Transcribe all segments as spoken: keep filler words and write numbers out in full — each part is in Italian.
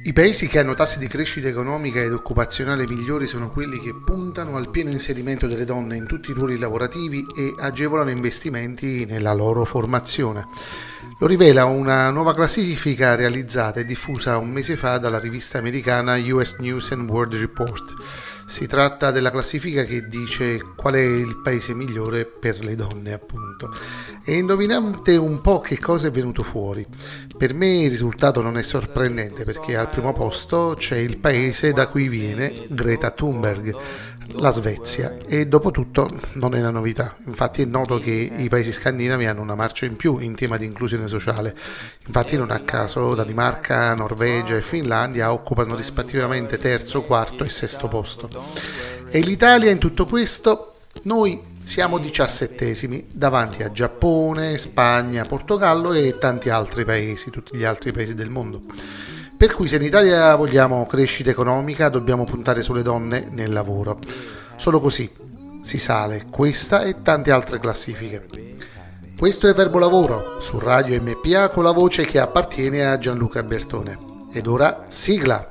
I paesi che hanno tassi di crescita economica ed occupazionale migliori sono quelli che puntano al pieno inserimento delle donne in tutti i ruoli lavorativi e agevolano investimenti nella loro formazione. Lo rivela una nuova classifica realizzata e diffusa un mese fa dalla rivista americana U S News and World Report. Si tratta della classifica che dice qual è il paese migliore per le donne, appunto. E indovinate un po' che cosa è venuto fuori. Per me il risultato non è sorprendente perché al primo posto c'è il paese da cui viene Greta Thunberg, la Svezia, e dopo tutto non è una novità. Infatti è noto che i paesi scandinavi hanno una marcia in più in tema di inclusione sociale. Infatti non a caso Danimarca, Norvegia e Finlandia occupano rispettivamente terzo, quarto e sesto posto. E l'Italia in tutto questo? Noi siamo diciassettesimi davanti a Giappone, Spagna, Portogallo e tanti altri paesi, tutti gli altri paesi del mondo. Per cui se in Italia vogliamo crescita economica dobbiamo puntare sulle donne nel lavoro. Solo così si sale questa e tante altre classifiche. Questo è Verbo Lavoro su Radio M P A con la voce che appartiene a Gianluca Bertone. Ed ora sigla!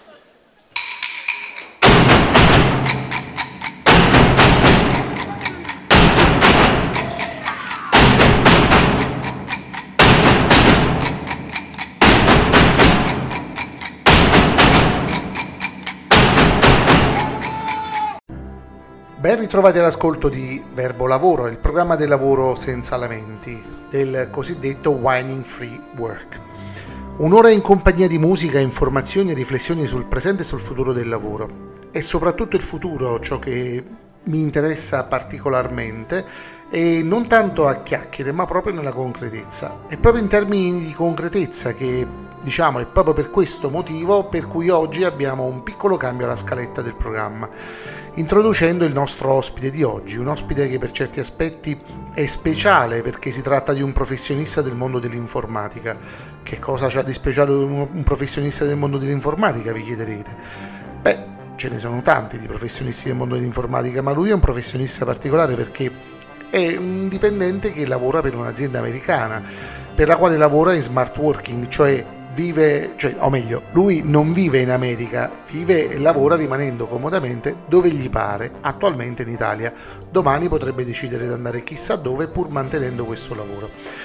Ben ritrovati all'ascolto di Verbo Lavoro, il programma del lavoro senza lamenti, del cosiddetto Whining Free Work. Un'ora in compagnia di musica, informazioni e riflessioni sul presente e sul futuro del lavoro. E soprattutto il futuro, ciò che mi interessa particolarmente, e non tanto a chiacchiere, ma proprio nella concretezza. È proprio in termini di concretezza che, diciamo, è proprio per questo motivo per cui oggi abbiamo un piccolo cambio alla scaletta del programma, introducendo il nostro ospite di oggi, un ospite che per certi aspetti è speciale perché si tratta di un professionista del mondo dell'informatica. Che cosa c'ha di speciale un professionista del mondo dell'informatica, vi chiederete? Beh, ce ne sono tanti di professionisti del mondo dell'informatica, ma lui è un professionista particolare perché è un dipendente che lavora per un'azienda americana, per la quale lavora in smart working, cioè vive, cioè, o meglio, lui non vive in America, vive e lavora rimanendo comodamente dove gli pare, attualmente in Italia. Domani potrebbe decidere di andare chissà dove pur mantenendo questo lavoro.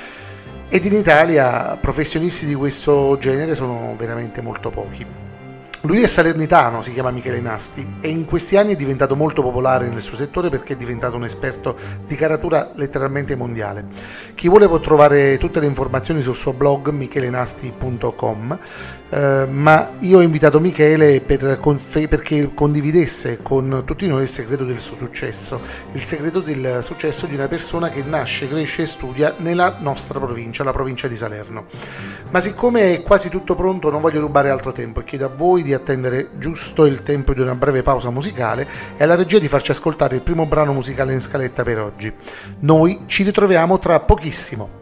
Ed in Italia professionisti di questo genere sono veramente molto pochi. Lui è salernitano, si chiama Michele Nasti e in questi anni è diventato molto popolare nel suo settore perché è diventato un esperto di caratura letteralmente mondiale. Chi vuole può trovare tutte le informazioni sul suo blog michelenasti punto com, eh, ma io ho invitato Michele per, perché condividesse con tutti noi il segreto del suo successo, il segreto del successo di una persona che nasce, cresce e studia nella nostra provincia, la provincia di Salerno. Ma siccome è quasi tutto pronto non voglio rubare altro tempo e chiedo a voi di attendere giusto il tempo di una breve pausa musicale e alla regia di farci ascoltare il primo brano musicale in scaletta per oggi. Noi ci ritroviamo tra pochissimo.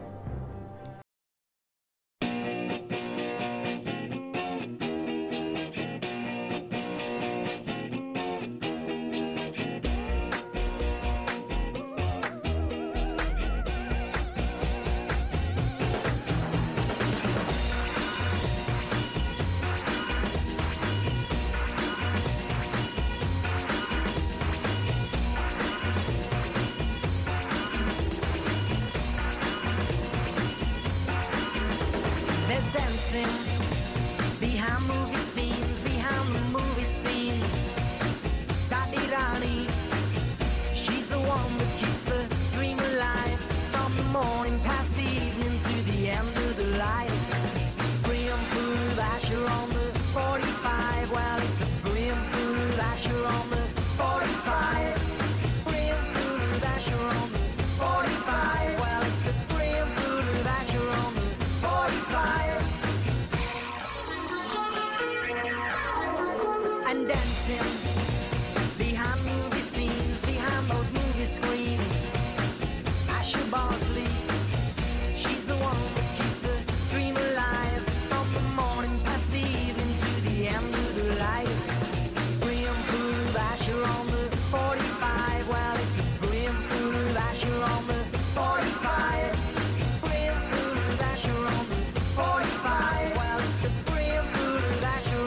forty-five, well, it's a brim food, that's your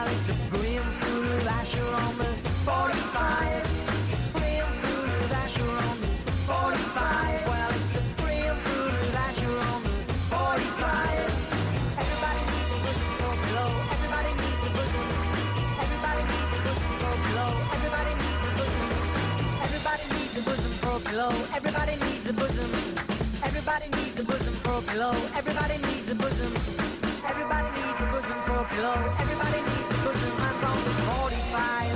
it's a brim full of Asher on the forty-five. Brim full of Asher on the forty-five. Well, it's a brim full of Asher on the forty-five. Everybody needs a bosom for below. Everybody needs a bosom. Everybody needs a bosom for below. Everybody needs a bosom. Everybody needs a bosom for below. Everybody needs a bosom. Everybody needs a bosom for below. Everybody needs a bosom. Everybody needs a bosom for below. Everybody needs a bosom. I'm on the forty-five.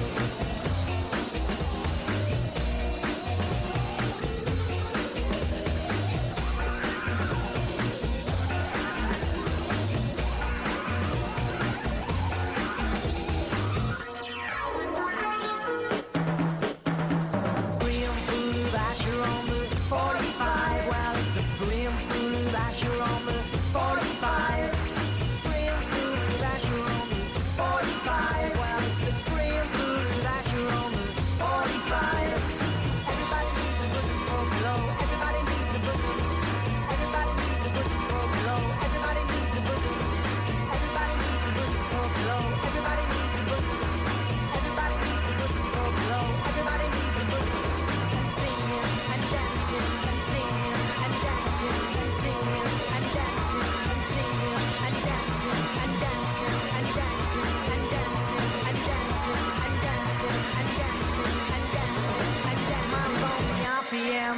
Brim full of Asher on the forty-five. Well, it's a brim full of Asher on the forty-five. Brim full of Asher on the forty-five. Well, it's a brim full of Asher on the forty-five. Everybody needs a bosom for below. Everybody needs a bosom. Everybody needs a bosom for below. Everybody needs a bosom. Everybody needs a bosom for below. Everybody needs a bosom. Everybody needs a bosom for below. Everybody needs a bosom. And singing and dancing and singing and dancing and singing and dancing and singing and dancing and dancing and dancing and dancing and dancing and dancing and dancing and dancing and dancing. Mambo R P M.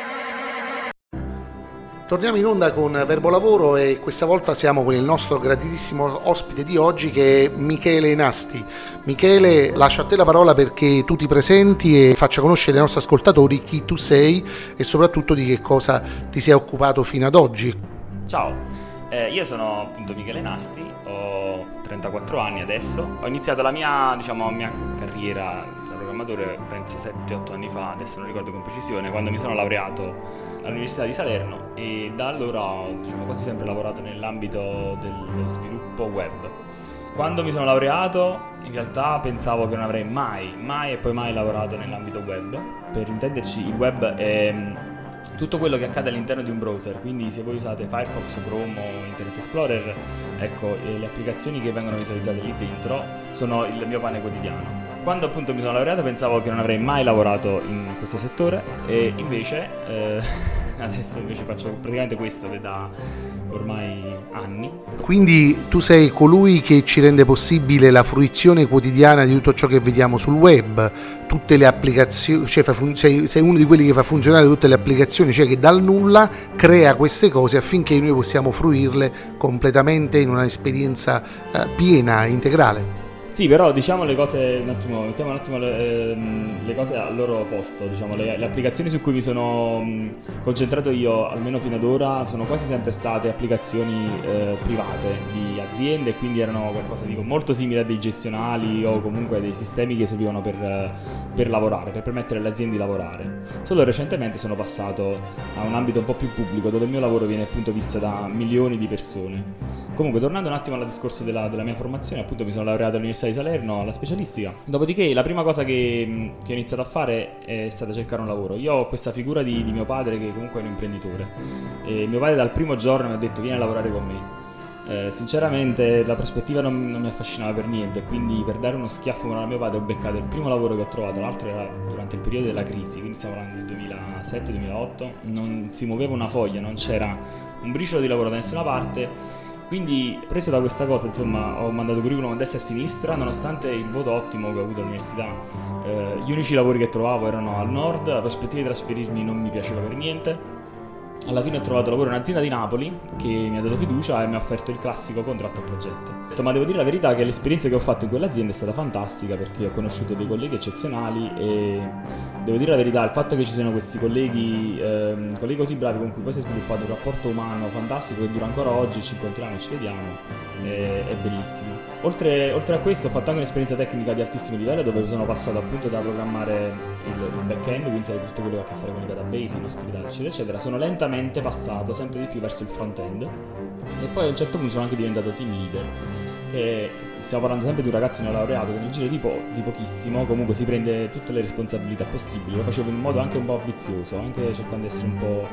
Torniamo in onda con Verbo Lavoro e questa volta siamo con il nostro graditissimo ospite di oggi che è Michele Nasti. Michele, lascio a te la parola perché tu ti presenti e faccia conoscere ai nostri ascoltatori chi tu sei e soprattutto di che cosa ti sei occupato fino ad oggi. Ciao, eh, io sono appunto Michele Nasti, ho trentaquattro anni adesso, ho iniziato la mia, diciamo, mia carriera da programmatore penso sette otto anni fa, adesso non ricordo con precisione, quando mi sono laureato all'Università di Salerno e da allora ho, diciamo, quasi sempre lavorato nell'ambito dello sviluppo web. Quando mi sono laureato in realtà pensavo che non avrei mai, mai e poi mai lavorato nell'ambito web. Per intenderci, il web è tutto quello che accade all'interno di un browser, quindi se voi usate Firefox, Chrome o Internet Explorer, ecco, le applicazioni che vengono visualizzate lì dentro sono il mio pane quotidiano. Quando appunto mi sono laureato pensavo che non avrei mai lavorato in questo settore e invece eh, adesso invece faccio praticamente questo da ormai anni. Quindi tu sei colui che ci rende possibile la fruizione quotidiana di tutto ciò che vediamo sul web, tutte le applicazioni, cioè fun- sei, sei uno di quelli che fa funzionare tutte le applicazioni, cioè che dal nulla crea queste cose affinché noi possiamo fruirle completamente in una esperienza eh, piena, integrale. Sì, però diciamo le cose un attimo, mettiamo un attimo le, ehm, le cose al loro posto, diciamo le, le applicazioni su cui mi sono mh, concentrato io almeno fino ad ora sono quasi sempre state applicazioni eh, private di aziende e quindi erano qualcosa di molto simile a dei gestionali o comunque dei sistemi che servivano per, per lavorare, per permettere alle aziende di lavorare. Solo recentemente sono passato a un ambito un po' più pubblico dove il mio lavoro viene appunto visto da milioni di persone. Comunque tornando un attimo al discorso della, della mia formazione, appunto mi sono laureato all'Università di Salerno alla specialistica. Dopodiché la prima cosa che, che ho iniziato a fare è stata cercare un lavoro. Io ho questa figura di, di mio padre che comunque è un imprenditore e mio padre dal primo giorno mi ha detto vieni a lavorare con me. Eh, sinceramente la prospettiva non, non mi affascinava per niente, quindi per dare uno schiaffo a mio padre ho beccato il primo lavoro che ho trovato, l'altro era durante il periodo della crisi, quindi stiamo parlando del duemilasette duemilaotto, non si muoveva una foglia, non c'era un briciolo di lavoro da nessuna parte. Quindi preso da questa cosa, insomma, ho mandato curriculum a destra e a sinistra, nonostante il voto ottimo che ho avuto all'università. Eh, gli unici lavori che trovavo erano al nord, la prospettiva di trasferirmi non mi piaceva per niente. Alla fine ho trovato lavoro in un'azienda di Napoli che mi ha dato fiducia e mi ha offerto il classico contratto a progetto. Ho detto, ma devo dire la verità che l'esperienza che ho fatto in quell'azienda è stata fantastica perché ho conosciuto dei colleghi eccezionali e devo dire la verità, il fatto che ci siano questi colleghi, ehm, colleghi così bravi con cui poi si è sviluppato un rapporto umano fantastico che dura ancora oggi, ci incontriamo e ci vediamo, è, è bellissimo. Oltre, oltre a questo ho fatto anche un'esperienza tecnica di altissimo livello dove sono passato appunto da programmare il, il back-end, quindi sarebbe tutto quello che ha a che fare con i database, i nostri dati eccetera eccetera, sono lentamente passato sempre di più verso il front-end e poi a un certo punto sono anche diventato team leader. Che stiamo parlando sempre di un ragazzo neolaureato che nel giro di, po- di pochissimo comunque si prende tutte le responsabilità possibili. Lo facevo in un modo anche un po' ambizioso, anche cercando di essere un po'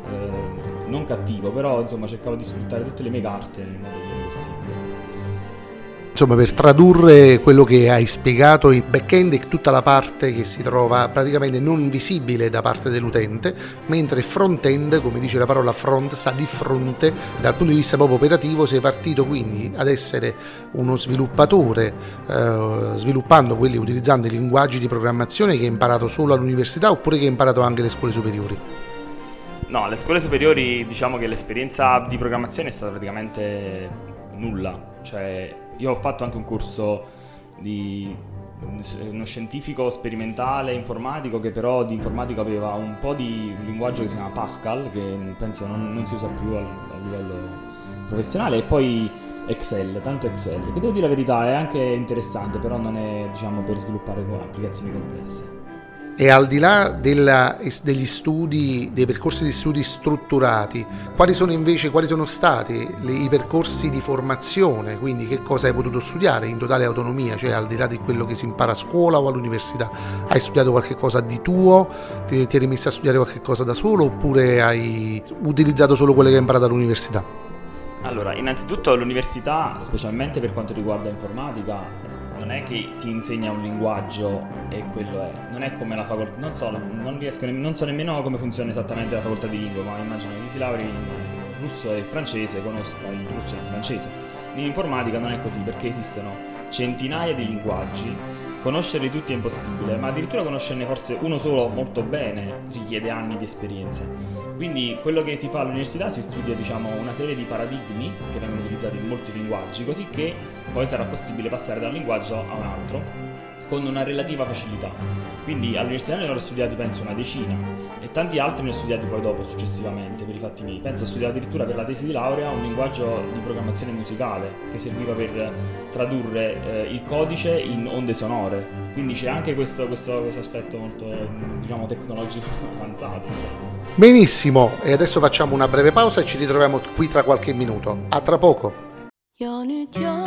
eh, non cattivo, però insomma cercavo di sfruttare tutte le mie carte nel modo migliore possibile. insomma, per tradurre quello che hai spiegato, il back-end è tutta la parte che si trova praticamente non visibile da parte dell'utente, mentre front-end, come dice la parola front, sta di fronte dal punto di vista proprio operativo. Sei partito quindi ad essere uno sviluppatore eh, sviluppando quelli, utilizzando i linguaggi di programmazione che hai imparato solo all'università oppure che hai imparato anche alle scuole superiori? No, alle scuole superiori diciamo che l'esperienza di programmazione è stata praticamente nulla. Cioè, io ho fatto anche un corso di uno scientifico sperimentale informatico che però di informatico aveva un po' di un linguaggio che si chiama Pascal, che penso non, non si usa più a, a livello professionale, e poi Excel, tanto Excel, che devo dire la verità è anche interessante, però non è, diciamo, per sviluppare applicazioni complesse. E al di là della, degli studi, dei percorsi di studi strutturati, quali sono invece, quali sono stati le, i percorsi di formazione? Quindi che cosa hai potuto studiare in totale autonomia, cioè al di là di quello che si impara a scuola o all'università? Hai studiato qualche cosa di tuo? Ti, ti eri messo a studiare qualche cosa da solo oppure hai utilizzato solo quello che hai imparato all'università? Allora, innanzitutto l'università, specialmente per quanto riguarda informatica, non è che ti insegna un linguaggio e quello è, non è come la facoltà, non so, non riesco, non so nemmeno come funziona esattamente la facoltà di lingua, ma immagino che si lauri in russo e francese, conosca il russo e il francese. In informatica non è così, perché esistono centinaia di linguaggi, conoscerli tutti è impossibile, ma addirittura conoscerne forse uno solo molto bene richiede anni di esperienze. Quindi quello che si fa all'università, si studia, diciamo, una serie di paradigmi che vengono utilizzati in molti linguaggi, così che poi sarà possibile passare da un linguaggio a un altro con una relativa facilità. Quindi all'università ne ho studiati penso una decina e tanti altri ne ho studiati poi dopo successivamente per i fatti miei. Penso ho studiato addirittura per la tesi di laurea un linguaggio di programmazione musicale che serviva per tradurre eh, il codice in onde sonore. Quindi c'è anche questo, questo, questo aspetto molto, diciamo, tecnologico avanzato. Benissimo, e adesso facciamo una breve pausa e ci ritroviamo qui tra qualche minuto. A tra poco. Ja nyt